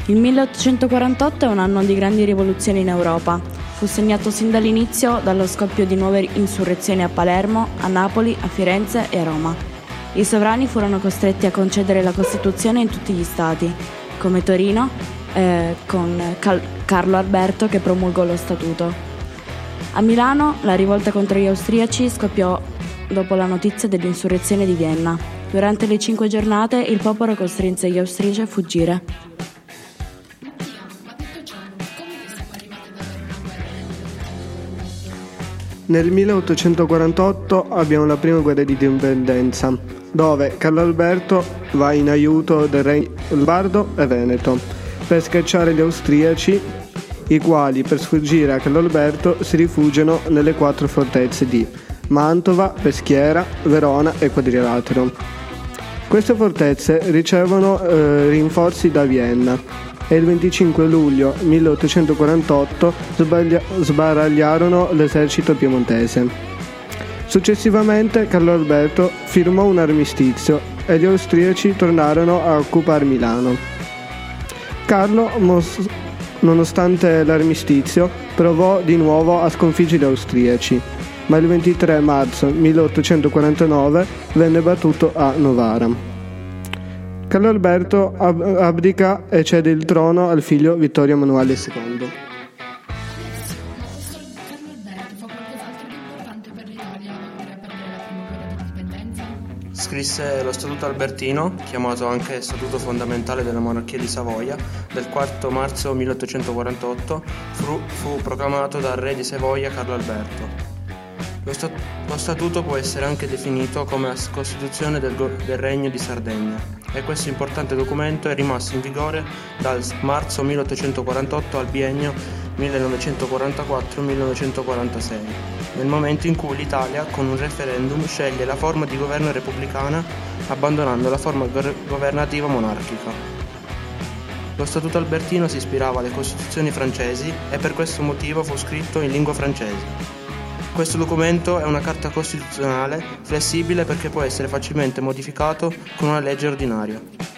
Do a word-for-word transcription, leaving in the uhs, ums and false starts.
Il milleottocentoquarantotto è un anno di grandi rivoluzioni in Europa. Fu segnato sin dall'inizio dallo scoppio di nuove insurrezioni a Palermo, a Napoli, a Firenze e a Roma. I sovrani furono costretti a concedere la Costituzione in tutti gli stati, come Torino, eh, con Cal- Carlo Alberto che promulgò lo Statuto. A Milano la rivolta contro gli austriaci scoppiò dopo la notizia dell'insurrezione di Vienna. Durante le cinque giornate il popolo costrinse gli austriaci a fuggire. Nel milleottocentoquarantotto abbiamo la prima guerra di indipendenza, dove Carlo Alberto va in aiuto del re Lombardo e Veneto per scacciare gli austriaci, i quali per sfuggire a Carlo Alberto si rifugiano nelle quattro fortezze di Mantova, Peschiera, Verona e Quadrilatero. Queste fortezze ricevono eh, rinforzi da Vienna e il venticinque luglio milleottocentoquarantotto sbaglia- sbaragliarono l'esercito piemontese. Successivamente Carlo Alberto firmò un armistizio e gli austriaci tornarono a occupare Milano. Carlo, mos- nonostante l'armistizio, provò di nuovo a sconfiggere gli austriaci, ma il ventitré marzo milleottocentoquarantanove venne battuto a Novara. Carlo Alberto ab- abdica e cede il trono al figlio Vittorio Emanuele secondo. Scrisse lo Statuto Albertino, chiamato anche Statuto fondamentale della monarchia di Savoia, del quattro marzo milleottocentoquarantotto, fu, fu proclamato dal re di Savoia Carlo Alberto. Lo, stat- lo statuto può essere anche definito come la Costituzione del, go- del Regno di Sardegna e questo importante documento è rimasto in vigore dal marzo milleottocentoquarantotto al biennio millenovecentoquarantaquattro millenovecentoquarantasei, nel momento in cui l'Italia con un referendum sceglie la forma di governo repubblicana abbandonando la forma go- governativa monarchica. Lo Statuto Albertino si ispirava alle Costituzioni francesi e per questo motivo fu scritto in lingua francese. Questo documento è una carta costituzionale flessibile perché può essere facilmente modificato con una legge ordinaria.